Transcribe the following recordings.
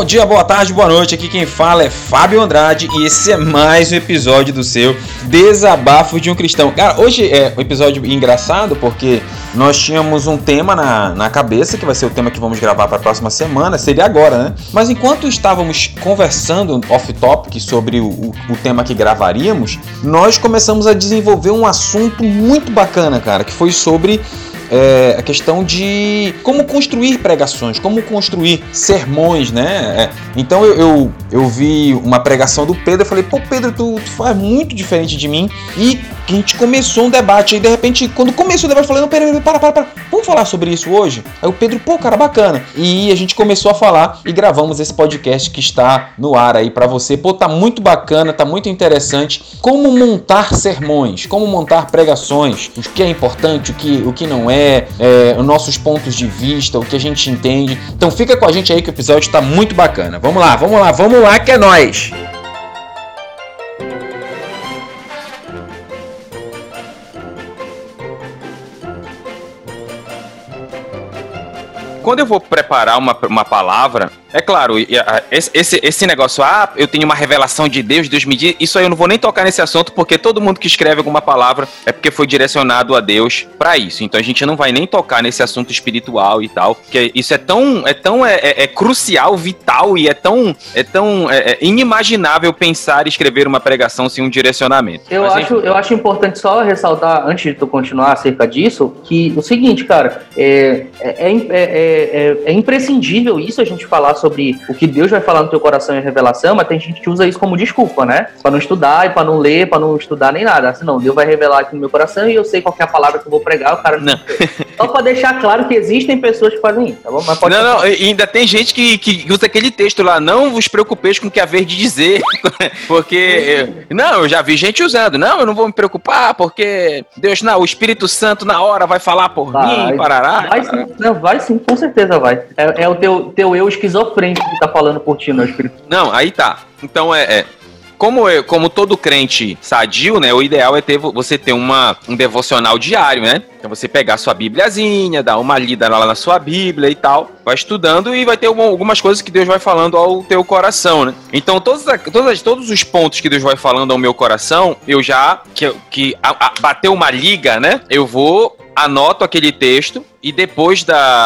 Bom dia, boa tarde, boa noite. Aqui quem fala é Fábio Andrade e esse é mais um episódio do seu Desabafo de um Cristão. Cara, hoje é um episódio engraçado porque nós tínhamos um tema na cabeça, que vai ser o tema que vamos gravar para a próxima semana, seria agora, né? Mas enquanto estávamos conversando off-topic sobre o tema que gravaríamos, nós começamos a desenvolver um assunto muito bacana, cara, que foi sobre a questão de como construir pregações, como construir sermões, né? Então eu vi uma pregação do Pedro, eu falei, pô, Pedro, tu faz muito diferente de mim, e a gente começou um debate, aí de repente, quando começou o debate, eu falei, não, pera, para, vamos falar sobre isso hoje? Aí o Pedro, pô, cara, bacana, e a gente começou a falar e gravamos esse podcast que está no ar aí pra você. Pô, tá muito bacana, tá muito interessante, como montar sermões, como montar pregações, o que é importante, o que não é, os nossos pontos de vista, o que a gente entende. Então fica com a gente aí que o episódio está muito bacana. Vamos lá que é nóis! Quando eu vou preparar uma palavra, é claro, esse negócio, eu tenho uma revelação de Deus me diz, isso aí eu não vou nem tocar nesse assunto, porque todo mundo que escreve alguma palavra é porque foi direcionado a Deus para isso. Então a gente não vai nem tocar nesse assunto espiritual e tal, porque isso é tão crucial, vital, e é tão inimaginável pensar e escrever uma pregação sem um direcionamento. Eu acho importante só ressaltar, antes de tu continuar acerca disso, que o seguinte, cara, é imprescindível isso, a gente falar sobre o que Deus vai falar no teu coração em revelação, mas tem gente que usa isso como desculpa, né? Pra não estudar e pra não ler, pra não estudar nem nada. Assim, não, Deus vai revelar aqui no meu coração e eu sei qual que é a palavra que eu vou pregar, o cara não. Só pra deixar claro que existem pessoas que fazem isso, tá bom? Mas pode não, ainda tem gente que usa aquele texto lá, não vos preocupeis com o que haver de dizer, porque, eu já vi gente usando, eu não vou me preocupar, porque Deus, o Espírito Santo na hora vai falar por mim, parará. Vai sim, com certeza vai. É o teu eu esquizofrênico que tá falando por ti, meu Espírito. Não, aí tá. Então como todo crente sadio, né, o ideal é você ter um devocional diário, né? Então você pegar a sua bibliazinha, dar uma lida lá na sua Bíblia e tal, vai estudando e vai ter algumas coisas que Deus vai falando ao teu coração, né? Então todos os pontos que Deus vai falando ao meu coração, eu já, bateu uma liga, né? Eu anoto aquele texto e depois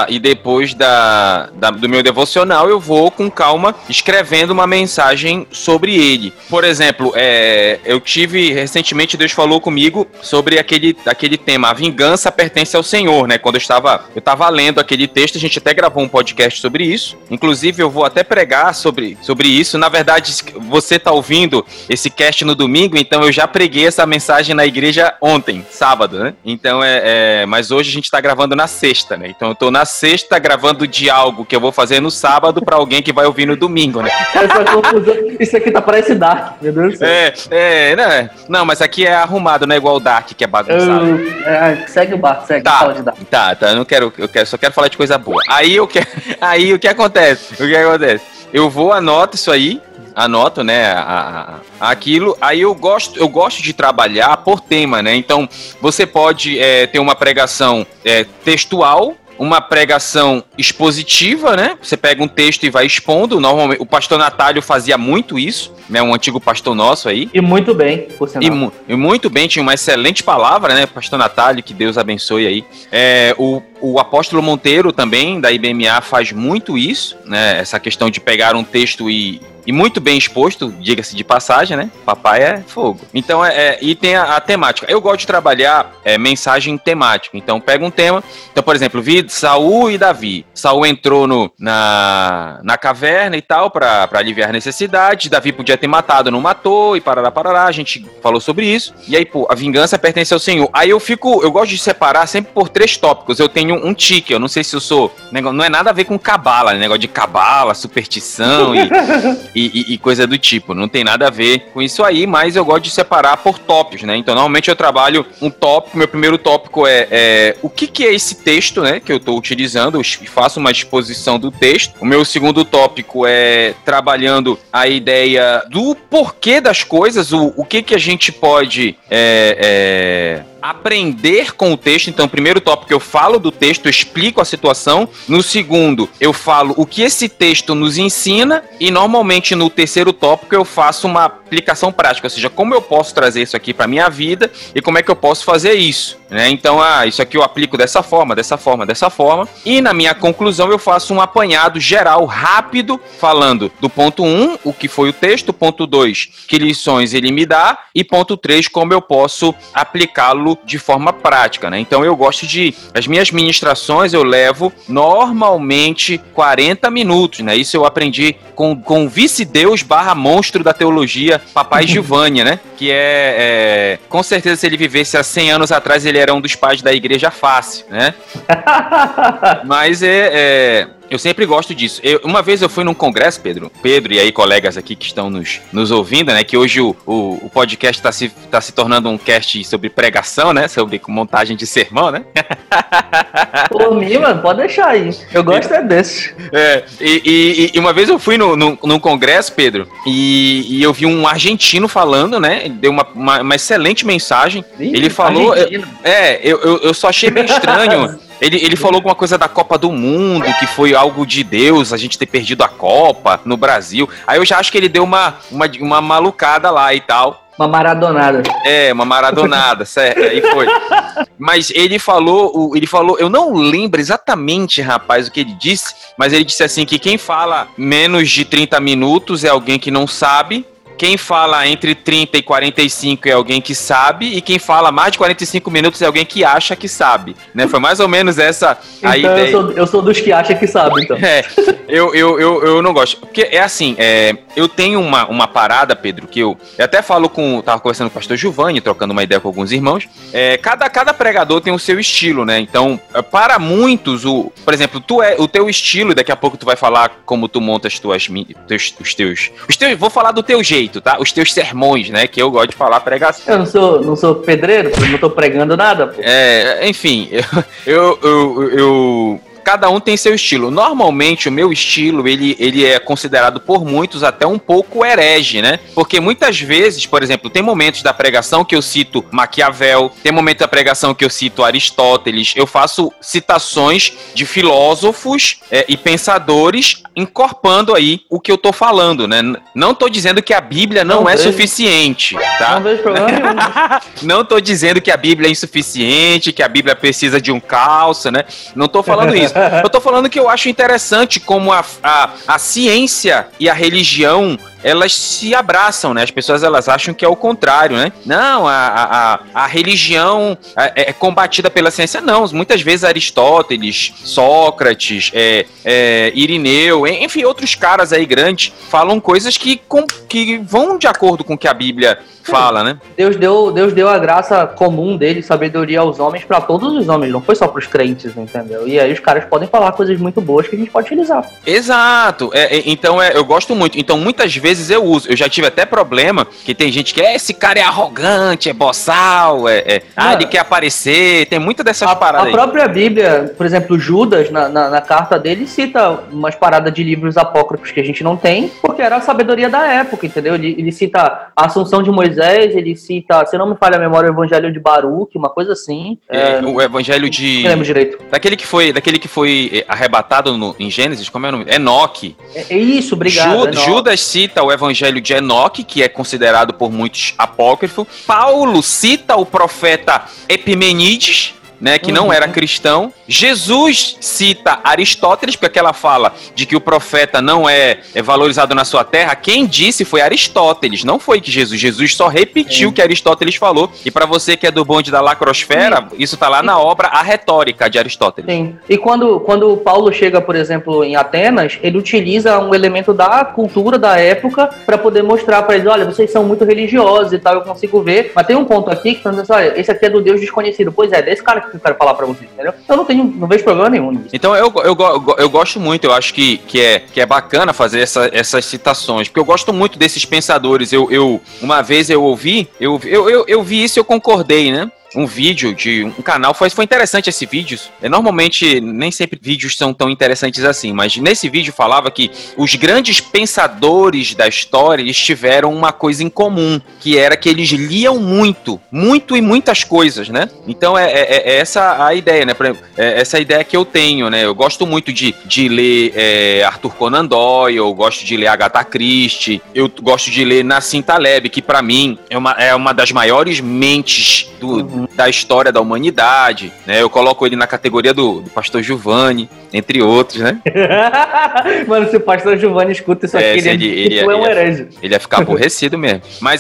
do meu devocional eu vou com calma escrevendo uma mensagem sobre ele. Por exemplo, eu tive recentemente, Deus falou comigo sobre aquele tema, a vingança pertence ao Senhor, né? Quando eu tava lendo aquele texto, a gente até gravou um podcast sobre isso. Inclusive eu vou até pregar sobre isso. Na verdade, você tá ouvindo esse cast no domingo, então eu já preguei essa mensagem na igreja ontem, sábado, né? Então mas hoje a gente tá gravando na sexta, né? Então eu tô na sexta gravando de algo que eu vou fazer no sábado pra alguém que vai ouvir no domingo, né? Isso aqui parece Dark, meu Deus do céu. Não, mas aqui é arrumado, não é igual o Dark, que é bagunçado. Segue o barco, fala de Dark. Tá, só quero falar de coisa boa. Aí o que acontece? Eu anoto isso aí, né, aquilo, aí eu gosto de trabalhar por tema, né, então você pode ter uma pregação textual, uma pregação expositiva, né, você pega um texto e vai expondo. Normalmente o pastor Natálio fazia muito isso, né, um antigo pastor nosso aí. E muito bem, por sinal. E muito bem, tinha uma excelente palavra, né, pastor Natálio, que Deus abençoe aí. O apóstolo Monteiro também, da IBMA, faz muito isso, né, essa questão de pegar um texto e muito bem exposto, diga-se de passagem, né? Papai é fogo. Então, e tem a temática. Eu gosto de trabalhar mensagem temática. Então, pega um tema. Então, por exemplo, vi Saul e Davi. Saul entrou na caverna e tal, para aliviar necessidades. Davi podia ter matado, não matou, e parará. A gente falou sobre isso. E aí, a vingança pertence ao Senhor. Aí eu gosto de separar sempre por 3 tópicos. Eu tenho um tique, eu não sei se eu sou... Não é nada a ver com cabala, negócio de cabala, superstição e coisa do tipo. Não tem nada a ver com isso aí, mas eu gosto de separar por tópicos, né? Então, normalmente eu trabalho um tópico. Meu primeiro tópico é o que é esse texto, né? Que eu estou utilizando, e faço uma exposição do texto. O meu segundo tópico é trabalhando a ideia do porquê das coisas, o que a gente pode aprender com o texto. Então, no primeiro tópico eu falo do texto, eu explico a situação. No segundo, eu falo o que esse texto nos ensina. E normalmente no terceiro tópico eu faço uma aplicação prática, ou seja, como eu posso trazer isso aqui para minha vida e como é que eu posso fazer isso, né? Então, isso aqui eu aplico dessa forma, dessa forma, dessa forma. E na minha conclusão eu faço um apanhado geral, rápido, falando do ponto 1, o que foi o texto, ponto 2, que lições ele me dá, e ponto 3, como eu posso aplicá-lo de forma prática, né? Então eu gosto as minhas ministrações eu levo normalmente 40 minutos, né? Isso eu aprendi com o vice-deus / monstro da teologia, Papai Giovanni, né? Que com certeza, se ele vivesse há 100 anos atrás, ele era um dos pais da igreja fácil, né? Mas eu sempre gosto disso. Uma vez eu fui num congresso, Pedro, e aí colegas aqui que estão nos ouvindo, né? Que hoje o podcast tá se tornando um cast sobre pregação, né? Sobre montagem de sermão, né? Por mim, mano, pode deixar aí. Eu gosto desse. E uma vez eu fui num congresso, Pedro, e eu vi um argentino falando, né? Ele deu uma excelente mensagem. Ele falou... Eu só achei meio estranho. Ele falou alguma coisa da Copa do Mundo, que foi algo de Deus, a gente ter perdido a Copa no Brasil. Aí eu já acho que ele deu uma malucada lá e tal. Uma maradonada. Uma maradonada, certo, aí foi. Mas ele falou, eu não lembro exatamente, rapaz, o que ele disse, mas ele disse assim, que quem fala menos de 30 minutos é alguém que não sabe, quem fala entre 30 e 45 é alguém que sabe, e quem fala mais de 45 minutos é alguém que acha que sabe, né? Foi mais ou menos essa a ideia. Eu sou dos que acham que sabe, então. Eu não gosto. Porque é assim, eu tenho uma parada, Pedro, que eu até falo tava conversando com o pastor Giovanni, trocando uma ideia com alguns irmãos. Cada pregador tem o seu estilo, né? Então, para muitos, por exemplo, o teu estilo, e daqui a pouco tu vai falar como tu monta os teus. Vou falar do teu jeito. Tá? Os teus sermões, né? Que eu gosto de falar pregação. Eu não sou pedreiro, não tô pregando nada, pô. Enfim, cada um tem seu estilo. Normalmente, o meu estilo, ele é considerado por muitos até um pouco herege, né? Porque muitas vezes, por exemplo, tem momentos da pregação que eu cito Maquiavel, tem momentos da pregação que eu cito Aristóteles, eu faço citações de filósofos e pensadores incorporando aí o que eu tô falando, né? Não tô dizendo que a Bíblia não é suficiente, tá? Não vejo problema nenhum. Não tô dizendo que a Bíblia é insuficiente, que a Bíblia precisa de um calço, né? Não tô falando isso. Eu tô falando que eu acho interessante como a ciência e a religião, elas se abraçam, né? As pessoas, elas acham que é o contrário, né? Não, a religião é combatida pela ciência. Não, muitas vezes Aristóteles, Sócrates, Irineu, enfim, outros caras aí grandes falam coisas que vão de acordo com o que a Bíblia fala, né? Deus deu a graça comum dele, sabedoria aos homens, pra todos os homens, não foi só pros crentes, entendeu? E aí os caras podem falar coisas muito boas que a gente pode utilizar. Exato. Então, eu gosto muito. Então, muitas vezes eu uso. Eu já tive até problema, que tem gente que esse cara é arrogante, é boçal, ele quer aparecer, tem muita dessas paradas aí. A própria Bíblia, por exemplo, Judas, na carta dele, cita umas paradas de livros apócrifos que a gente não tem, porque era a sabedoria da época, entendeu? Ele cita a Assunção de Moisés, ele cita, se não me falha a memória, o Evangelho de Baruque, uma coisa assim. O Evangelho de... Não lembro direito. Daquele que foi arrebatado em Gênesis, como é o nome? Enoque. Isso, obrigado. Judas cita o Evangelho de Enoque, que é considerado por muitos apócrifo. Paulo cita o profeta Epimenides, né, que não era cristão. Jesus cita Aristóteles, porque aquela fala de que o profeta não é valorizado na sua terra, quem disse foi Aristóteles, não foi que Jesus só repetiu o que Aristóteles falou. E para você que é do bonde da lacrosfera, isso tá lá na obra A Retórica de Aristóteles. Sim. E quando Paulo chega, por exemplo, em Atenas, ele utiliza um elemento da cultura da época para poder mostrar para eles, olha, vocês são muito religiosos e tal, eu consigo ver, mas tem um ponto aqui que tá dizendo, olha, esse aqui é do Deus desconhecido. Pois é, desse cara que eu quero falar para vocês, entendeu? Eu não vejo problema nenhum nisso. Então eu gosto muito, eu acho que é bacana fazer essas citações, porque eu gosto muito desses pensadores. Uma vez eu vi isso e eu concordei, né? um vídeo de um canal, foi interessante esse vídeo. Normalmente, nem sempre vídeos são tão interessantes assim, mas nesse vídeo falava que os grandes pensadores da história, eles tiveram uma coisa em comum, que era que eles liam muito e muitas coisas, né? Então é essa a ideia, né? Essa ideia que eu tenho, né? Eu gosto muito de ler Arthur Conan Doyle, eu gosto de ler Agatha Christie, eu gosto de ler Nassim Taleb, que pra mim é uma das maiores mentes da história da humanidade, né? Eu coloco ele na categoria do Pastor Giovanni, entre outros, né? Mano, se o Pastor Giovanni escuta isso aqui, ele é um herege. Ele ia ficar aborrecido mesmo. Mas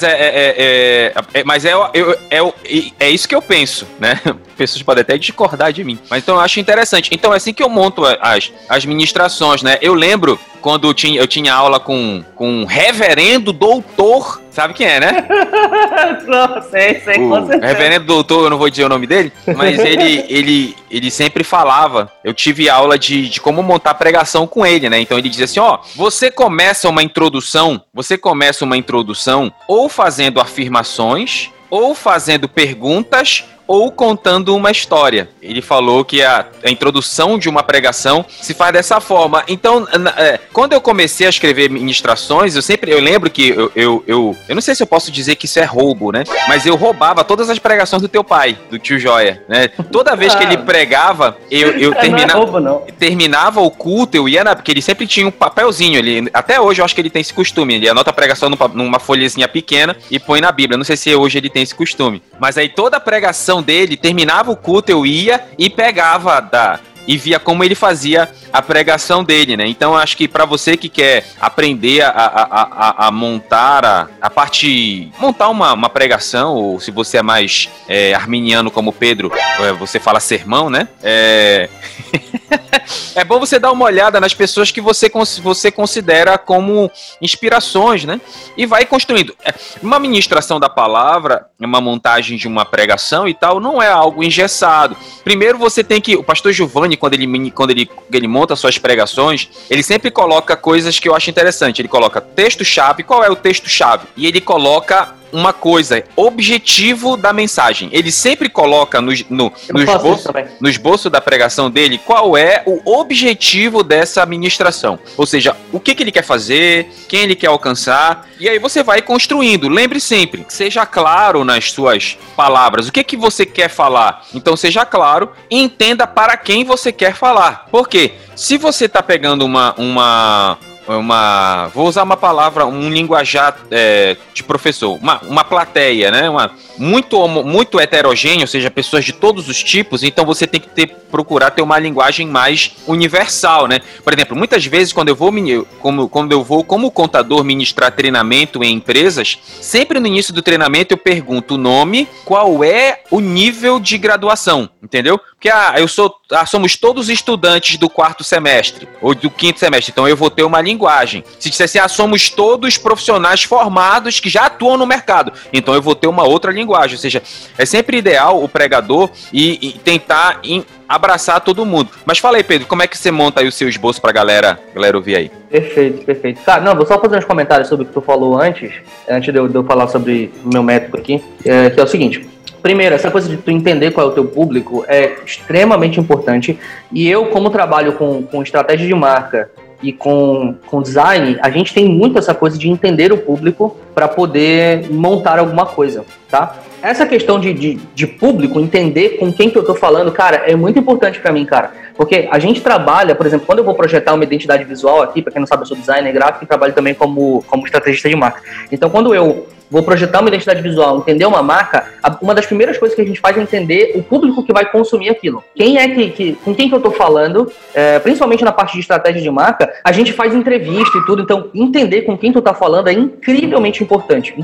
é isso que eu penso, né? Pessoas podem até discordar de mim. Mas então eu acho interessante. Então é assim que eu monto as ministrações, né? Eu lembro quando eu tinha aula com um reverendo doutor, sabe quem é, né? Não, sei, com certeza. Reverendo doutor, eu não vou dizer o nome dele, mas ele sempre falava, eu tive aula de como montar pregação com ele, né? Então ele dizia assim, você começa uma introdução ou fazendo afirmações, ou fazendo perguntas, ou contando uma história. Ele falou que a introdução de uma pregação se faz dessa forma. Então, quando eu comecei a escrever ministrações, eu lembro que eu não sei se eu posso dizer que isso é roubo, né? Mas eu roubava todas as pregações do teu pai, do tio Joia, né? Toda vez que ele pregava, eu terminava o culto, eu ia porque ele sempre tinha um papelzinho, até hoje eu acho que ele tem esse costume, ele anota a pregação numa folhezinha pequena e põe na Bíblia. Não sei se hoje ele tem esse costume. Mas aí toda a pregação dele, terminava o culto, eu ia e pegava e via como ele fazia a pregação dele, né? Então, acho que para você que quer aprender a montar montar uma pregação, ou se você é mais arminiano como Pedro, você fala sermão, né? É bom você dar uma olhada nas pessoas que você considera como inspirações, né? E vai construindo. Uma ministração da palavra, uma montagem de uma pregação e tal, não é algo engessado. Primeiro você tem que... O pastor Giovanni, quando ele monta suas pregações, ele sempre coloca coisas que eu acho interessante. Ele coloca texto-chave. Qual é o texto-chave? E ele coloca uma coisa, objetivo da mensagem. Ele sempre coloca no esboço da pregação dele qual é o objetivo dessa ministração. Ou seja, o que ele quer fazer, quem ele quer alcançar, e aí você vai construindo. Lembre sempre, seja claro nas suas palavras. O que você quer falar? Então seja claro e entenda para quem você quer falar. Por quê? Se você está pegando vou usar uma palavra, um linguajar de professor, uma plateia, né? Muito heterogênea, ou seja, pessoas de todos os tipos, então você tem que procurar ter uma linguagem mais universal, né? Por exemplo, muitas vezes quando eu vou como contador ministrar treinamento em empresas, sempre no início do treinamento eu pergunto o nome, qual é o nível de graduação, entendeu? Porque somos todos estudantes do 4º semestre, ou do 5º semestre, então eu vou ter uma linguagem. Se disser assim, somos todos profissionais formados que já atuam no mercado, então eu vou ter uma outra linguagem. Ou seja, é sempre ideal o pregador e tentar abraçar todo mundo. Mas fala aí, Pedro, como é que você monta aí o seu esboço pra galera ouvir aí? Perfeito. Cara, não, vou só fazer uns comentários sobre o que tu falou antes de eu falar sobre o meu método aqui, que é o seguinte. Primeiro, essa coisa de tu entender qual é o teu público é extremamente importante. E eu, como trabalho com estratégia de marca e com design, a gente tem muito essa coisa de entender o público para poder montar alguma coisa, tá? Essa questão de público, entender com quem que eu tô falando, cara, é muito importante para mim, cara. Porque a gente trabalha, por exemplo, quando eu vou projetar uma identidade visual aqui, para quem não sabe, eu sou designer gráfico e trabalho também como estrategista de marca. Então, quando eu vou projetar uma identidade visual, entender uma marca, uma das primeiras coisas que a gente faz é entender o público que vai consumir aquilo. Quem é com quem que eu tô falando, principalmente na parte de estratégia de marca, a gente faz entrevista e tudo, então entender com quem tu tá falando é incrivelmente importante,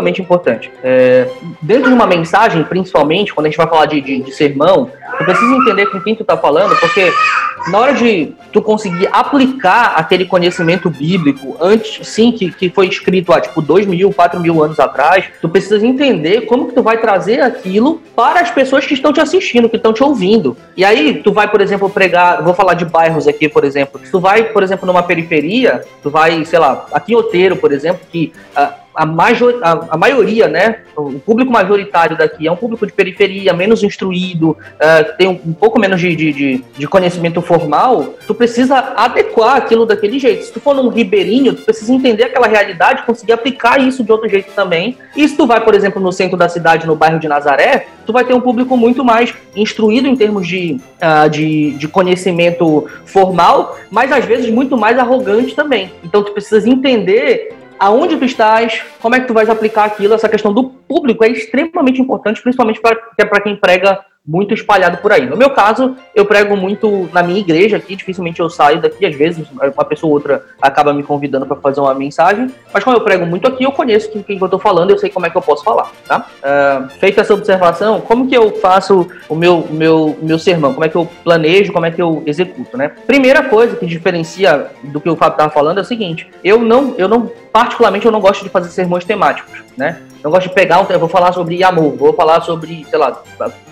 dentro de uma mensagem, principalmente, quando a gente vai falar de sermão, tu precisa entender com quem tu tá falando, porque na hora de tu conseguir aplicar aquele conhecimento bíblico antes, sim, que foi escrito há, 2.000, 4.000 anos atrás, tu precisa entender como que tu vai trazer aquilo para as pessoas que estão te assistindo, que estão te ouvindo. E aí, tu vai, por exemplo, pregar, vou falar de bairros aqui, por exemplo, tu vai, por exemplo, numa periferia, tu vai, sei lá, aqui em Outeiro, por exemplo, que a maioria, né, o público majoritário daqui é um público de periferia, menos instruído, tem um pouco menos de conhecimento formal, tu precisa adequar aquilo daquele jeito. Se tu for num ribeirinho, tu precisa entender aquela realidade, conseguir aplicar isso de outro jeito também. E se tu vai, por exemplo, no centro da cidade, no bairro de Nazaré, tu vai ter um público muito mais instruído em termos de conhecimento formal, mas às vezes muito mais arrogante também. Então tu precisas entender aonde tu estás, como é que tu vais aplicar aquilo. Essa questão do público é extremamente importante, principalmente para quem prega muito espalhado por aí. No meu caso, eu prego muito na minha igreja aqui, dificilmente eu saio daqui, às vezes uma pessoa ou outra acaba me convidando para fazer uma mensagem, mas como eu prego muito aqui, eu conheço quem eu tô falando, eu sei como é que eu posso falar, tá? Feita essa observação, como que eu faço o meu sermão? Como é que eu planejo, como é que eu executo, né? Primeira coisa que diferencia do que o Fábio estava falando é o seguinte, particularmente, eu não gosto de fazer sermões temáticos, né? Não gosto de pegar eu vou falar sobre amor, vou falar sobre, sei lá,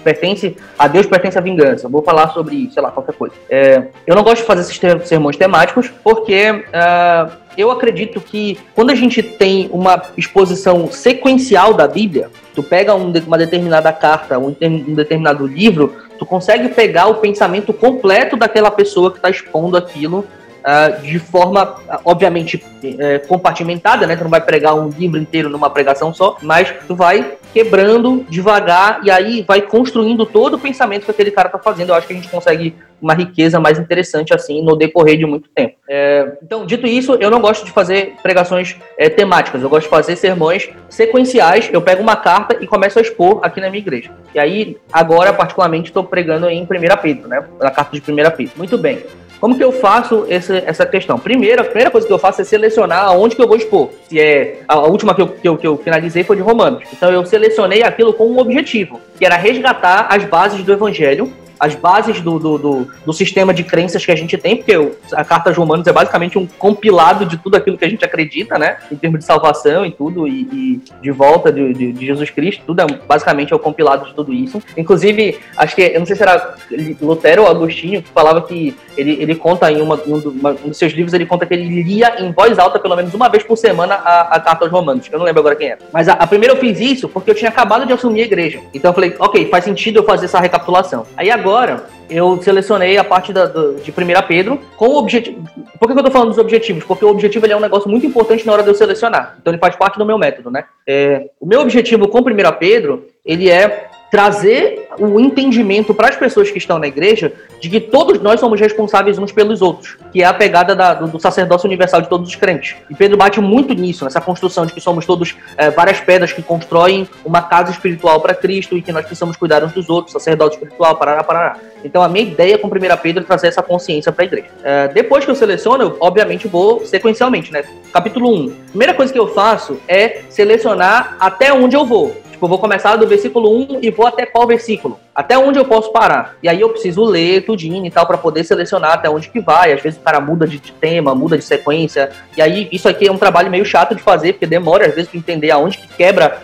a Deus pertence a vingança, vou falar sobre, sei lá, qualquer coisa. Eu não gosto de fazer esses sermões temáticos porque eu acredito que quando a gente tem uma exposição sequencial da Bíblia, tu pega uma determinada carta, um determinado livro, tu consegue pegar o pensamento completo daquela pessoa que está expondo aquilo de forma, obviamente, compartimentada, né? Tu não vai pregar um livro inteiro numa pregação só, mas tu vai quebrando devagar e aí vai construindo todo o pensamento que aquele cara tá fazendo. Eu acho que a gente consegue uma riqueza mais interessante assim no decorrer de muito tempo. Então, dito isso, eu não gosto de fazer pregações temáticas, eu gosto de fazer sermões sequenciais. Eu pego uma carta e começo a expor aqui na minha igreja. E aí, agora, particularmente, estou pregando em 1 Pedro, né? Na carta de 1 Pedro. Muito bem. Como que eu faço essa questão? A primeira coisa que eu faço é selecionar aonde que eu vou expor. Se a última que eu finalizei foi de Romanos. Então eu selecionei aquilo com um objetivo, que era resgatar as bases do Evangelho, as bases do sistema de crenças que a gente tem, porque a Carta de Romanos é basicamente um compilado de tudo aquilo que a gente acredita, né? Em termos de salvação e tudo, e de volta de Jesus Cristo, tudo basicamente é o compilado de tudo isso. Inclusive, acho que, eu não sei se era Lutero ou Agostinho, que falava que ele conta em um dos seus livros, ele conta que ele lia em voz alta pelo menos uma vez por semana a Carta aos Romanos. Eu não lembro agora quem era. Mas a primeira eu fiz isso porque eu tinha acabado de assumir a igreja. Então eu falei, ok, faz sentido eu fazer essa recapitulação. Aí agora eu selecionei a parte de 1 Pedro com o objetivo. Por que eu tô falando dos objetivos? Porque o objetivo ele é um negócio muito importante na hora de eu selecionar. Então ele faz parte do meu método, né? O meu objetivo com 1 Pedro, ele é trazer o entendimento para as pessoas que estão na igreja de que todos nós somos responsáveis uns pelos outros, que é a pegada do sacerdócio universal de todos os crentes. E Pedro bate muito nisso, nessa construção de que somos todos várias pedras que constroem uma casa espiritual para Cristo e que nós precisamos cuidar uns dos outros, sacerdócio espiritual, parará. Então a minha ideia com 1 Pedro é trazer essa consciência para a igreja. Depois que eu seleciono, eu obviamente vou sequencialmente, né? Capítulo 1. Primeira coisa que eu faço é selecionar até onde eu vou. Eu vou começar do versículo 1 e vou até qual versículo? Até onde eu posso parar? E aí eu preciso ler tudinho e tal para poder selecionar até onde que vai. Às vezes o cara muda de tema, muda de sequência. E aí isso aqui é um trabalho meio chato de fazer, porque demora às vezes para entender aonde que quebra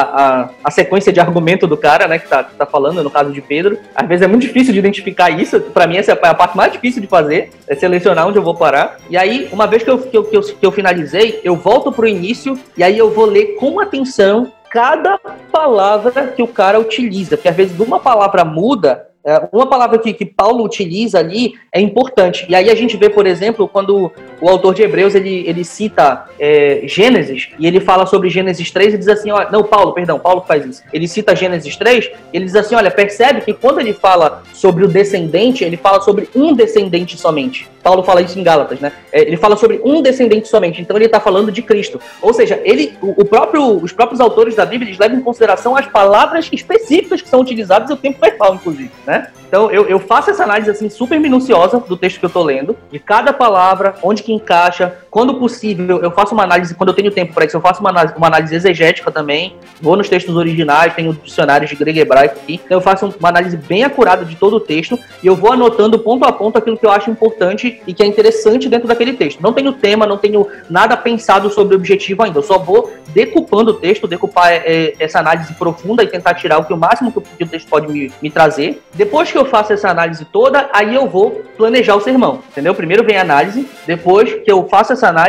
a sequência de argumento do cara, né, que tá falando, no caso de Pedro. Às vezes é muito difícil de identificar isso. Para mim essa é a parte mais difícil de fazer, é selecionar onde eu vou parar. E aí, uma vez que eu finalizei, eu volto pro início e aí eu vou ler com atenção cada palavra que o cara utiliza, porque às vezes uma palavra muda, uma palavra que Paulo utiliza ali é importante. E aí a gente vê, por exemplo, quando o autor de Hebreus ele cita Gênesis, e ele fala sobre Gênesis 3 e diz assim, olha, não, Paulo que faz isso. Ele cita Gênesis 3, ele diz assim, olha, percebe que quando ele fala sobre o descendente, ele fala sobre um descendente somente. Paulo fala isso em Gálatas, né? Ele fala sobre um descendente somente, então ele está falando de Cristo. Ou seja, os próprios autores da Bíblia, eles levam em consideração as palavras específicas que são utilizadas e o tempo verbal, inclusive, né? Então eu faço essa análise assim super minuciosa do texto que eu tô lendo, de cada palavra, onde que encaixa, quando possível eu faço uma análise, quando eu tenho tempo para isso, eu faço uma análise exegética também, vou nos textos originais, tenho dicionários de grego e hebraico aqui, então eu faço uma análise bem acurada de todo o texto e eu vou anotando ponto a ponto aquilo que eu acho importante e que é interessante dentro daquele texto. Não tenho tema, não tenho nada pensado sobre o objetivo ainda, eu só vou decupando o texto, decupar essa análise profunda e tentar tirar o máximo que o texto pode me trazer. Depois que eu faço essa análise toda, aí eu vou planejar o sermão, entendeu? Primeiro vem a análise, depois que eu faço essa análise,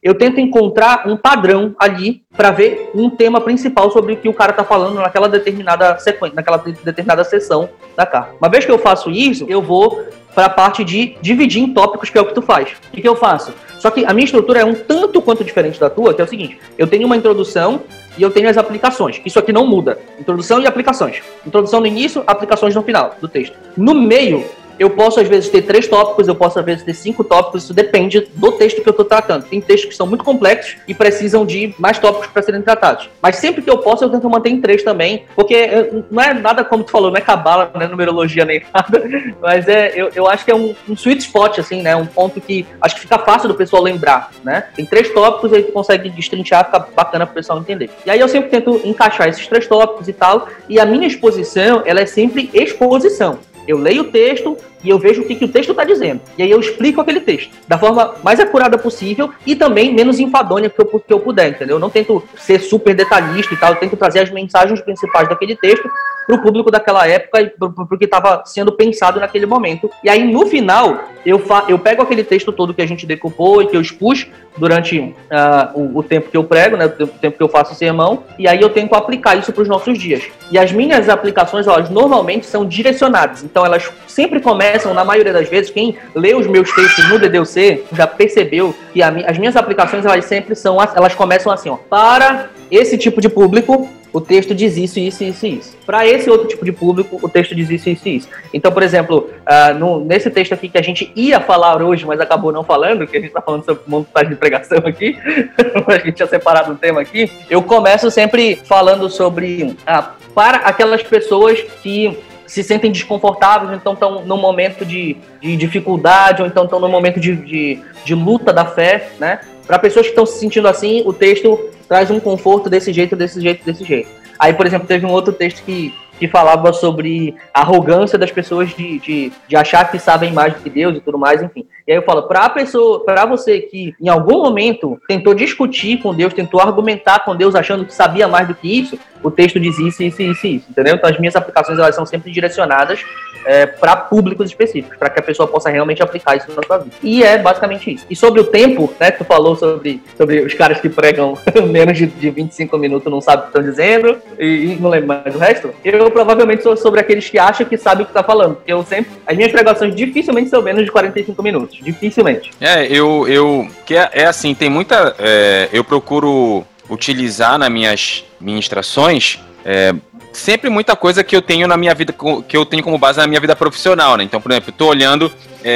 eu tento encontrar um padrão ali para ver um tema principal sobre o que o cara tá falando naquela determinada sequência, naquela determinada sessão da carta. Uma vez que eu faço isso, eu vou para a parte de dividir em tópicos, que é o que tu faz. O que eu faço? Só que a minha estrutura é um tanto quanto diferente da tua, que é o seguinte, eu tenho uma introdução e eu tenho as aplicações. Isso aqui não muda. Introdução e aplicações. Introdução no início, aplicações no final do texto. No meio, eu posso, às vezes, ter 3 tópicos, eu posso, às vezes, ter 5 tópicos, isso depende do texto que eu estou tratando. Tem textos que são muito complexos e precisam de mais tópicos para serem tratados. Mas sempre que eu posso, eu tento manter em 3 também, porque não é nada, como tu falou, não é cabala, não é numerologia nem nada, mas eu acho que é um sweet spot, assim, né? Um ponto que acho que fica fácil do pessoal lembrar, né? Tem 3 tópicos, aí tu consegue destrinchar, fica bacana pro pessoal entender. E aí eu sempre tento encaixar esses 3 tópicos e tal, e a minha exposição, ela é sempre exposição. Eu leio o texto e eu vejo o que o texto está dizendo. E aí eu explico aquele texto da forma mais acurada possível e também menos enfadonha que eu puder, entendeu? Eu não tento ser super detalhista e tal, eu tento trazer as mensagens principais daquele texto para o público daquela época e para o que estava sendo pensado naquele momento. E aí, no final, eu pego aquele texto todo que a gente decupou e que eu expus durante o tempo que eu prego, né, o tempo que eu faço o sermão, e aí eu tento aplicar isso para os nossos dias. E as minhas aplicações, elas normalmente são direcionadas. Então, elas sempre começam, na maioria das vezes, quem lê os meus textos no DDUC já percebeu que as minhas aplicações, elas sempre são, elas começam assim, ó, para esse tipo de público, o texto diz isso, isso, isso e isso. Para esse outro tipo de público, o texto diz isso, isso e isso. Então, por exemplo, nesse texto aqui que a gente ia falar hoje, mas acabou não falando, que a gente está falando sobre montagem de pregação aqui, a gente tinha separado um tema aqui, eu começo sempre falando sobre para aquelas pessoas que se sentem desconfortáveis, ou então estão num momento de dificuldade, ou então estão num momento de luta da fé, né? Para pessoas que estão se sentindo assim, o texto traz um conforto desse jeito, desse jeito, desse jeito. Aí, por exemplo, teve um outro texto que falava sobre a arrogância das pessoas de achar que sabem mais do que Deus e tudo mais, enfim. E aí eu falo, para você que em algum momento tentou discutir com Deus, tentou argumentar com Deus achando que sabia mais do que isso, o texto diz isso, isso, isso, isso, entendeu? Então as minhas aplicações, elas são sempre direcionadas para públicos específicos, para que a pessoa possa realmente aplicar isso na sua vida. E é basicamente isso. E sobre o tempo, né, tu falou sobre os caras que pregam menos de 25 minutos, não sabem o que estão dizendo, e não lembro mais do resto. Eu provavelmente sou sobre aqueles que acham que sabem o que está falando, porque as minhas pregações dificilmente são menos de 45 minutos, dificilmente. Assim, tem muita, eu procuro utilizar nas minhas ministrações, sempre muita coisa que eu tenho na minha vida, que eu tenho como base na minha vida profissional, né? Então, por exemplo, eu tô olhando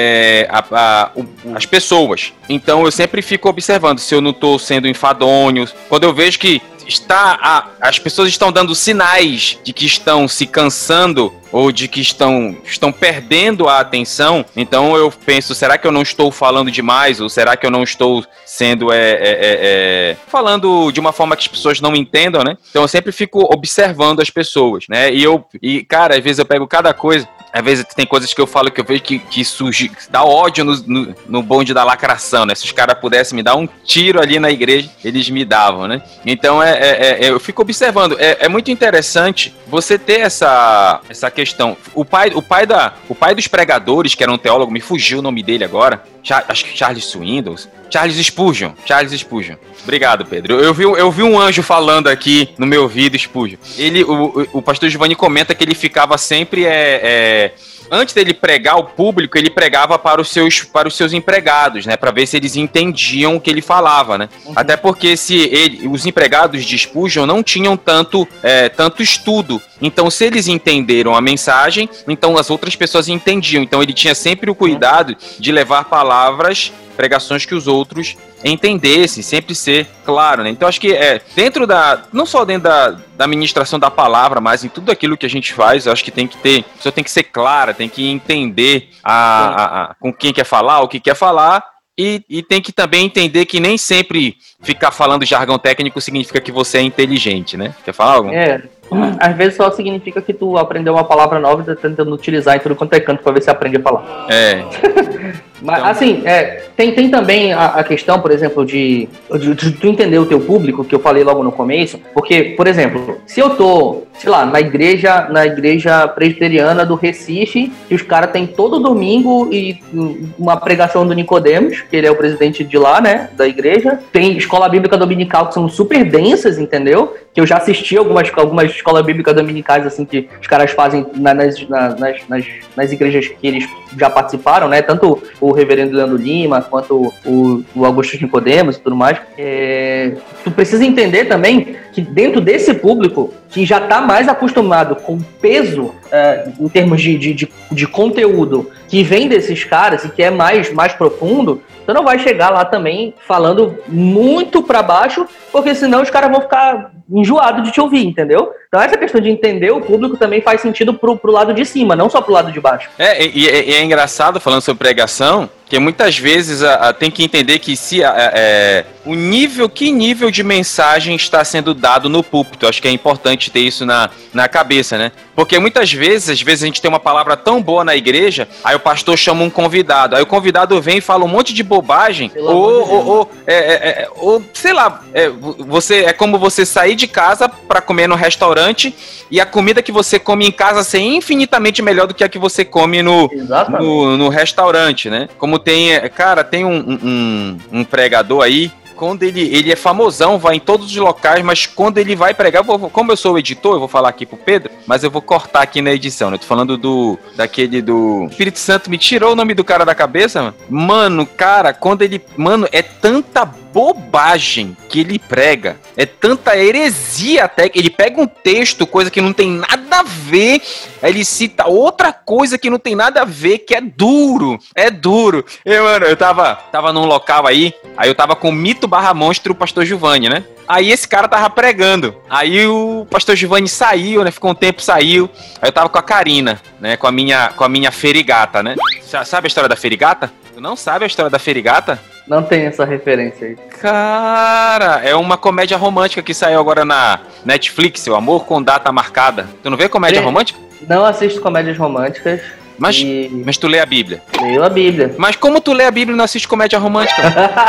as pessoas. Então, eu sempre fico observando se eu não tô sendo enfadonho. Quando eu vejo que as pessoas estão dando sinais de que estão se cansando ou de que estão perdendo a atenção, então eu penso, será que eu não estou falando demais? Ou será que eu não estou sendo falando de uma forma que as pessoas não entendam, né? Então eu sempre fico observando as pessoas, né? E cara, às vezes eu pego cada coisa. Às vezes tem coisas que eu falo que eu vejo que surge, dá ódio no bonde da lacração, né? Se os caras pudessem me dar um tiro ali na igreja, eles me davam, né? Então eu fico observando. É muito interessante você ter essa questão. O pai dos pregadores, que era um teólogo, me fugiu o nome dele agora. Acho que Charles Swindoll. Charles Spurgeon. Obrigado, Pedro. Eu vi um anjo falando aqui no meu ouvido, Spurgeon. O pastor Giovanni comenta que ele ficava sempre antes dele pregar ao público, ele pregava para os seus empregados, né? Para ver se eles entendiam o que ele falava, né? Uhum. Até porque os empregados de Spurgeon não tinham tanto estudo. Então, se eles entenderam a mensagem, então as outras pessoas entendiam. Então, ele tinha sempre o cuidado de levar pregações que os outros entendessem, sempre ser claro, né? Então acho que não só dentro da ministração da palavra, mas em tudo aquilo que a gente faz, eu acho que a pessoa tem que ser clara, tem que entender com quem quer falar, o que quer falar, e tem que também entender que nem sempre ficar falando jargão técnico significa que você é inteligente, né? Quer falar algo? Às vezes só significa que tu aprendeu uma palavra nova e tá tentando utilizar em tudo quanto é canto pra ver se aprende a falar. Mas, assim, tem também a questão, por exemplo, de tu entender o teu público, que eu falei logo no começo, porque, por exemplo, se eu tô, sei lá, na igreja presbiteriana do Recife, que os caras têm todo domingo e uma pregação do Nicodemos, que ele é o presidente de lá, né, da igreja, tem escola bíblica dominical que são super densas, entendeu? Que eu já assisti algumas escolas bíblicas dominicais, assim, que os caras fazem nas igrejas que eles já participaram, né? Tanto o reverendo Leandro Lima, quanto o Augusto Nicodemos e tudo mais. Tu precisa entender também que dentro desse público, que já está mais acostumado com peso em termos de conteúdo que vem desses caras e que é mais profundo, tu não vai chegar lá também falando muito para baixo, porque senão os caras vão ficar enjoados de te ouvir, entendeu? Então essa questão de entender o público também faz sentido pro lado de cima, não só pro lado de baixo. E é engraçado, falando sobre pregação, que muitas vezes tem que entender que se que nível de mensagem está sendo dado no púlpito. Acho que é importante ter isso na cabeça, né? Porque muitas vezes, a gente tem uma palavra tão boa na igreja, aí o pastor chama um convidado, aí o convidado vem e fala um monte de bobagem, ou sei lá, é como você sair de casa para comer no restaurante e a comida que você come em casa ser infinitamente melhor do que a que você come no restaurante, né? Como tem um pregador aí, quando ele é famosão, vai em todos os locais, mas quando ele vai pregar, como eu sou o editor, eu vou falar aqui pro Pedro, mas eu vou cortar aqui na edição, né? Eu tô falando daquele do Espírito Santo, me tirou o nome do cara da cabeça, mano. Mano, cara, é tanta bobagem que ele prega, é tanta heresia até, que ele pega um texto, coisa que não tem nada a ver, aí ele cita outra coisa que não tem nada a ver, que é duro. E, mano, eu tava num local aí eu tava com o Mito / Monstro, o pastor Giovanni, né? Aí esse cara tava pregando, aí o pastor Giovanni saiu, né? Ficou um tempo, saiu, aí eu tava com a Karina, né? Com a minha ferigata, né? Sabe a história da ferigata? Tu não sabe a história da ferigata? Não tem essa referência aí. Cara, é uma comédia romântica que saiu agora na Netflix, O Amor com Data Marcada. Tu não vê comédia romântica? Não assisto comédias românticas. Mas tu lê a Bíblia? Leio a Bíblia. Mas como tu lê a Bíblia e não assiste comédia romântica?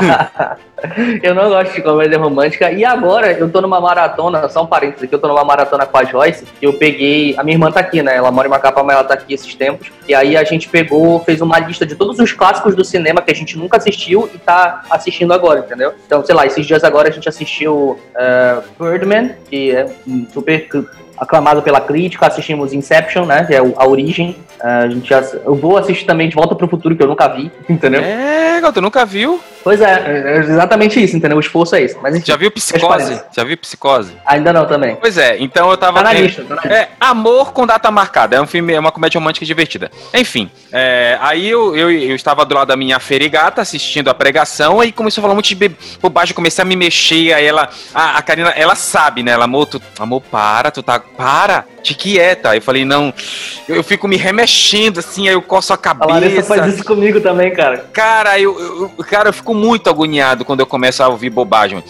Eu não gosto de comédia romântica. E agora eu tô numa maratona, só um parênteses aqui, eu tô numa maratona com a Joyce, que eu peguei... A minha irmã tá aqui, né? Ela mora em Macapá, mas ela tá aqui esses tempos. E aí a gente fez uma lista de todos os clássicos do cinema que a gente nunca assistiu e tá assistindo agora, entendeu? Então, sei lá, esses dias agora a gente assistiu Birdman, que é super aclamado pela crítica, assistimos Inception, né, que é A Origem, eu vou assistir também De Volta pro Futuro, que eu nunca vi, entendeu? Tu nunca viu? Pois é exatamente isso, entendeu? O esforço é esse. Mas, enfim, já viu Psicose? Ainda não, também. Pois é, então eu tava... Tá na lista. Amor com Data Marcada, é um filme, é uma comédia romântica divertida. Enfim, aí eu estava do lado da minha ferigata, assistindo a pregação, aí começou a falar um monte de bobagem, eu comecei a me mexer, aí a Karina, ela sabe, né? Ela, amor, para, te quieta. Aí eu falei, não, eu fico me remexendo assim, aí eu coço a cabeça. A Larissa faz isso comigo também, cara. Cara, eu fico muito agoniado quando eu começo a ouvir bobagem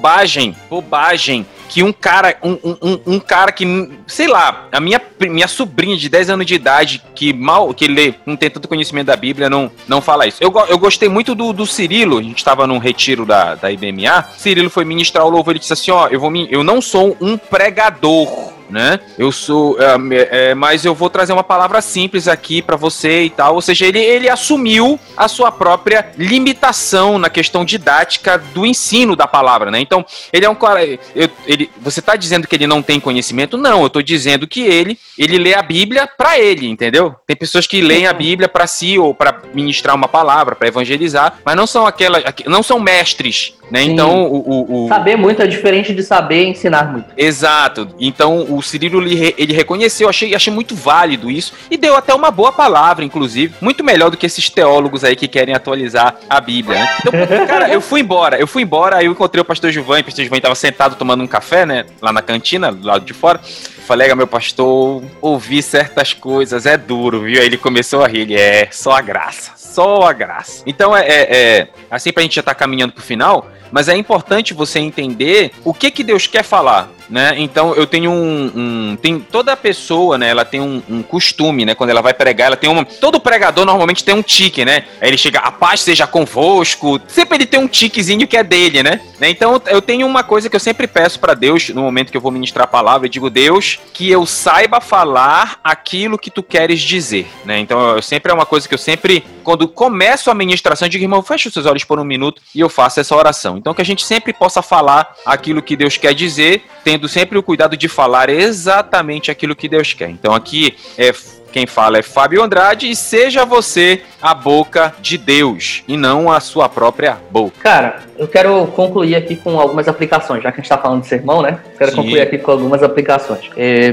que um cara que, sei lá, a minha sobrinha de 10 anos de idade, que não tem tanto conhecimento da Bíblia, não fala isso. Eu gostei muito do Cirilo, a gente estava num retiro da IBMA, Cirilo foi ministrar o louvor, ele disse assim, eu não sou um pregador, né? Eu sou, mas eu vou trazer uma palavra simples aqui pra você e tal. Ou seja, ele assumiu a sua própria limitação na questão didática do ensino da palavra, né? Então, ele é um cara. Você tá dizendo que ele não tem conhecimento? Não, eu tô dizendo que ele lê a Bíblia pra ele, entendeu? Tem pessoas que leem a Bíblia pra si ou pra ministrar uma palavra, pra evangelizar, mas não são não são mestres, né? Sim. Então, saber muito é diferente de saber ensinar muito. Exato. Então, o Cirilo, ele reconheceu, achei muito válido isso, e deu até uma boa palavra, inclusive, muito melhor do que esses teólogos aí que querem atualizar a Bíblia, né? Então, cara, eu fui embora, aí eu encontrei o pastor Giovanni tava sentado tomando um café, né, lá na cantina, do lado de fora. Falei, meu pastor, ouvir certas coisas é duro, viu? Aí ele começou a rir, ele só a graça. Então, assim, pra gente já tá caminhando pro final, mas é importante você entender o que Deus quer falar. né? Então eu tenho tem toda pessoa, né? Ela tem um costume, né? Quando ela vai pregar, ela tem todo pregador normalmente tem um tique, né? Aí ele chega, a paz seja convosco. Sempre ele tem um tiquezinho que é dele, né? Então eu tenho uma coisa que eu sempre peço pra Deus no momento que eu vou ministrar a palavra. Eu digo, Deus, que eu saiba falar aquilo que tu queres dizer, né? Então sempre é uma coisa que eu sempre, quando começo a ministração, eu digo, irmão, fecha os seus olhos por um minuto e eu faço essa oração. Então que a gente sempre possa falar aquilo que Deus quer dizer, tendo sempre o cuidado de falar exatamente aquilo que Deus quer. Então aqui quem fala é Fábio Andrade, e seja você a boca de Deus e não a sua própria boca. Cara, eu quero concluir aqui com algumas aplicações, já que a gente está falando de sermão, né? Quero concluir aqui com algumas aplicações.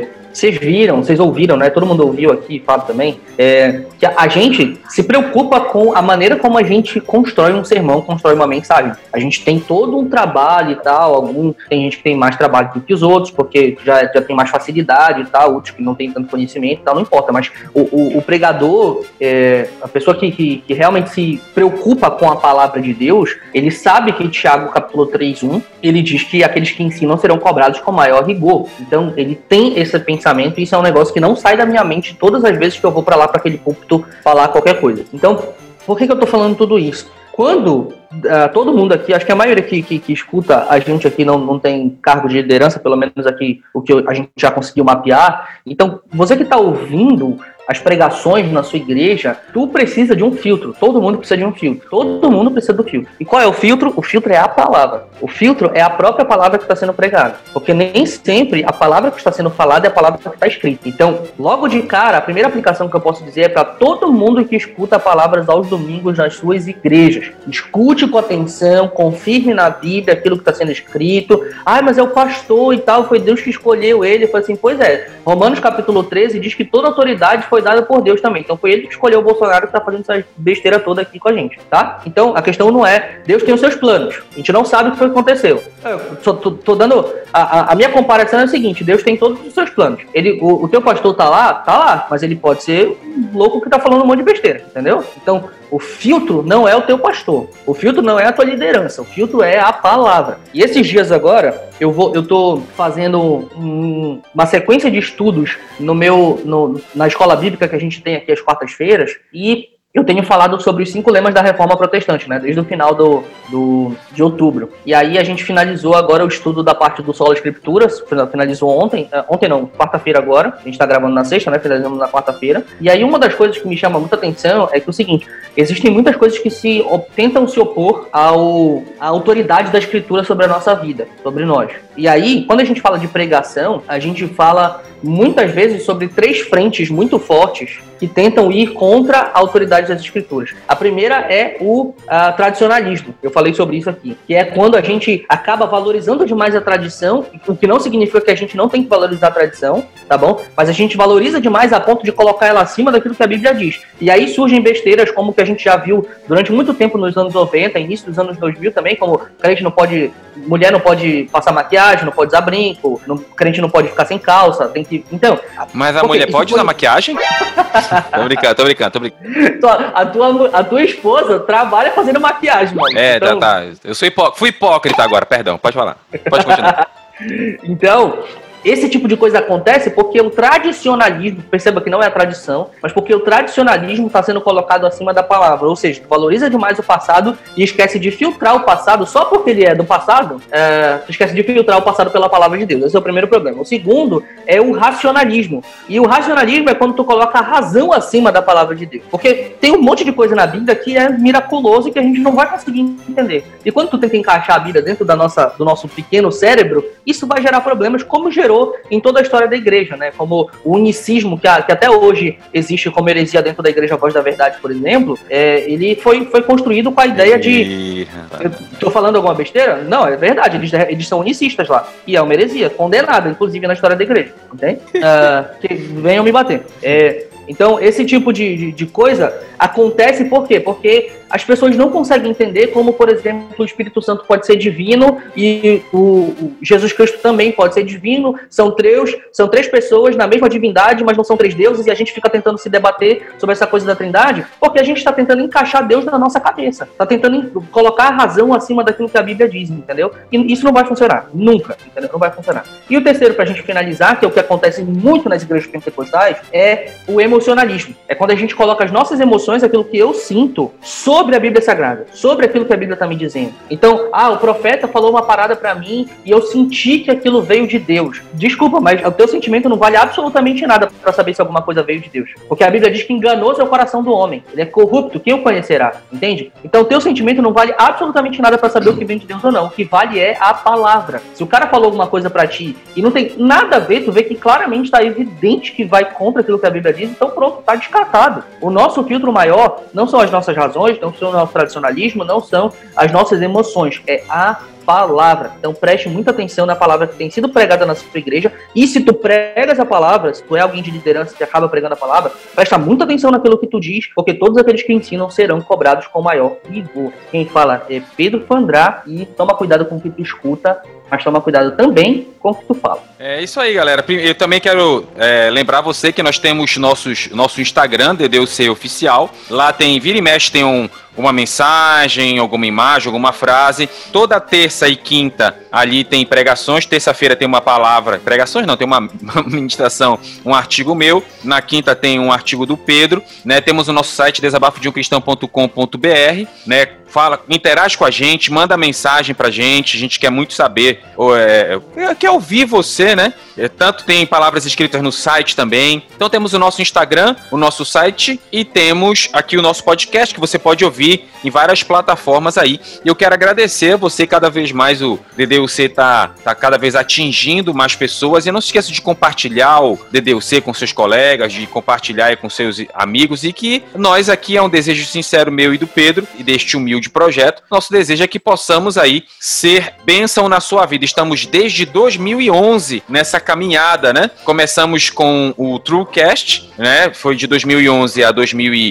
Vocês ouviram, né? Todo mundo ouviu aqui, Fábio também, que a gente se preocupa com a maneira como a gente constrói um sermão, constrói uma mensagem. A gente tem todo um trabalho e tal, tem gente que tem mais trabalho do que os outros, porque já tem mais facilidade e tal, outros que não tem tanto conhecimento e tal, não importa, mas o pregador, a pessoa que realmente se preocupa com a palavra de Deus, ele sabe que Tiago capítulo 3:1, ele diz que aqueles que ensinam serão cobrados com maior rigor. Então, ele tem esse pensamento, e isso é um negócio que não sai da minha mente todas as vezes que eu vou pra lá, pra aquele púlpito, falar qualquer coisa. Então, por que eu tô falando tudo isso? Quando todo mundo aqui, acho que a maioria que escuta a gente aqui não tem cargo de liderança, pelo menos aqui o que a gente já conseguiu mapear. Então, você que está ouvindo as pregações na sua igreja, tu precisa de um filtro. Todo mundo precisa de um filtro. Todo mundo precisa do filtro. E qual é o filtro? O filtro é a palavra. O filtro é a própria palavra que está sendo pregada. Porque nem sempre a palavra que está sendo falada é a palavra que está escrita. Então, logo de cara, a primeira aplicação que eu posso dizer é para todo mundo que escuta palavras aos domingos nas suas igrejas. Escute com atenção, confirme na Bíblia aquilo que está sendo escrito. Mas é o pastor e tal, foi Deus que escolheu ele. Foi assim, pois é. Romanos capítulo 13 diz que toda autoridade foi dada por Deus também. Então foi ele que escolheu o Bolsonaro, que tá fazendo essa besteira toda aqui com a gente, tá? Então a questão não é, Deus tem os seus planos. A gente não sabe o que foi que aconteceu. Eu só tô dando... A minha comparação é o seguinte, Deus tem todos os seus planos. O teu pastor tá lá, mas ele pode ser um louco que tá falando um monte de besteira, entendeu? Então, o filtro não é o teu pastor. O filtro não é a tua liderança. O filtro é a palavra. E esses dias agora, eu tô fazendo uma sequência de estudos na escola bíblica que a gente tem aqui às quartas-feiras, e eu tenho falado sobre os 5 lemas da Reforma Protestante, né? Desde o final de outubro. E aí a gente finalizou agora o estudo da parte do Sola Escrituras. Finalizou ontem não, quarta-feira agora. A gente tá gravando na sexta, né? Finalizamos na quarta-feira. E aí uma das coisas que me chama muita atenção é que o seguinte, existem muitas coisas que tentam se opor à autoridade da Escritura sobre a nossa vida, sobre nós. E aí, quando a gente fala de pregação, a gente fala muitas vezes sobre 3 frentes muito fortes que tentam ir contra a autoridade das Escrituras. A primeira é o tradicionalismo. Eu falei sobre isso aqui, que é quando a gente acaba valorizando demais a tradição, o que não significa que a gente não tem que valorizar a tradição, tá bom? Mas a gente valoriza demais a ponto de colocar ela acima daquilo que a Bíblia diz. E aí surgem besteiras como que a gente já viu durante muito tempo nos anos 90, início dos anos 2000 também, como crente não pode, mulher não pode passar maquiagem, não pode usar brinco, crente não pode ficar sem calça, tem que... Então... Mas a mulher pode usar maquiagem? Tô brincando. A tua esposa trabalha fazendo maquiagem, mano. Então... tá. Eu fui hipócrita agora, perdão. Pode falar. Pode continuar. Então, esse tipo de coisa acontece porque o tradicionalismo, perceba que não é a tradição, mas porque o tradicionalismo está sendo colocado acima da palavra. Ou seja, tu valoriza demais o passado e esquece de filtrar o passado só porque ele é do passado. Tu esquece de filtrar o passado pela palavra de Deus. Esse é o primeiro problema. O segundo é o racionalismo. E o racionalismo é quando tu coloca a razão acima da palavra de Deus. Porque tem um monte de coisa na Bíblia que é miraculoso e que a gente não vai conseguir entender. E quando tu tenta encaixar a Bíblia dentro do nosso pequeno cérebro, isso vai gerar problemas, como gerou em toda a história da igreja, né? Como o unicismo, que até hoje existe como heresia dentro da Igreja Voz da Verdade, por exemplo, ele foi construído com a ideia de... Eu tô falando alguma besteira? Não, é verdade, eles são unicistas lá. E é uma heresia, condenada, inclusive, na história da igreja. Entende? Que venham me bater. Então, esse tipo de coisa acontece por quê? Porque as pessoas não conseguem entender como, por exemplo, o Espírito Santo pode ser divino e o Jesus Cristo também pode ser divino. São três pessoas na mesma divindade, mas não são três deuses, e a gente fica tentando se debater sobre essa coisa da Trindade, porque a gente está tentando encaixar Deus na nossa cabeça. Está tentando colocar a razão acima daquilo que a Bíblia diz, entendeu? E isso não vai funcionar. Nunca, entendeu? Não vai funcionar. E o terceiro, pra gente finalizar, que é o que acontece muito nas igrejas pentecostais, é o emocionalismo. É quando a gente coloca as nossas emoções, aquilo que eu sinto, sobre a Bíblia Sagrada, sobre aquilo que a Bíblia está me dizendo. Então, o profeta falou uma parada pra mim e eu senti que aquilo veio de Deus. Desculpa, mas o teu sentimento não vale absolutamente nada pra saber se alguma coisa veio de Deus. Porque a Bíblia diz que enganoso é o coração do homem. Ele é corrupto, quem o conhecerá? Entende? Então, o teu sentimento não vale absolutamente nada pra saber o que vem de Deus ou não. O que vale é a palavra. Se o cara falou alguma coisa pra ti e não tem nada a ver, tu vê que claramente tá evidente que vai contra aquilo que a Bíblia diz, então pronto, tá descartado. O nosso filtro maior não são as nossas razões, não são o nosso tradicionalismo, não são as nossas emoções, é a palavra. Então preste muita atenção na palavra que tem sido pregada na sua igreja, e se tu pregas a palavra, se tu é alguém de liderança que acaba pregando a palavra, presta muita atenção naquilo que tu diz, porque todos aqueles que ensinam serão cobrados com maior rigor. Quem fala é Pedro Fandrá, e toma cuidado com o que tu escuta, mas toma cuidado também com o que tu fala. É isso aí, galera. Eu também quero lembrar você que nós temos nosso Instagram, DDUC Oficial. Lá tem, vira e mexe, tem uma mensagem, alguma imagem, alguma frase. Toda terça e quinta ali tem pregações. Terça-feira tem uma palavra. Pregações não, tem uma ministração, um artigo meu. Na quinta tem um artigo do Pedro, né? Temos o nosso site desabafodeumcristão.com.br, né? Interage com a gente, manda mensagem pra gente. A gente quer muito saber, quer ouvir você, né? Tanto tem palavras escritas no site também. Então temos o nosso Instagram, o nosso site, e temos aqui o nosso podcast que você pode ouvir em várias plataformas aí. E eu quero agradecer a você, cada vez mais o DDUC tá cada vez atingindo mais pessoas. E não se esqueça de compartilhar o DDUC com seus colegas, de compartilhar com seus amigos, e que nós aqui, é um desejo sincero meu e do Pedro e deste humilde projeto, nosso desejo é que possamos aí ser bênção na sua vida. Estamos desde 2011 nessa caminhada, né? Começamos com o TrueCast, né? Foi de 2011 a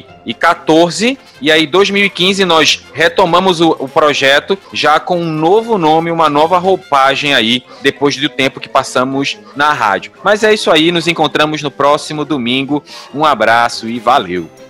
2014, e aí 2015 nós retomamos o projeto já com um novo nome, uma nova roupagem aí, depois do tempo que passamos na rádio. Mas é isso aí, nos encontramos no próximo domingo. Um abraço e valeu!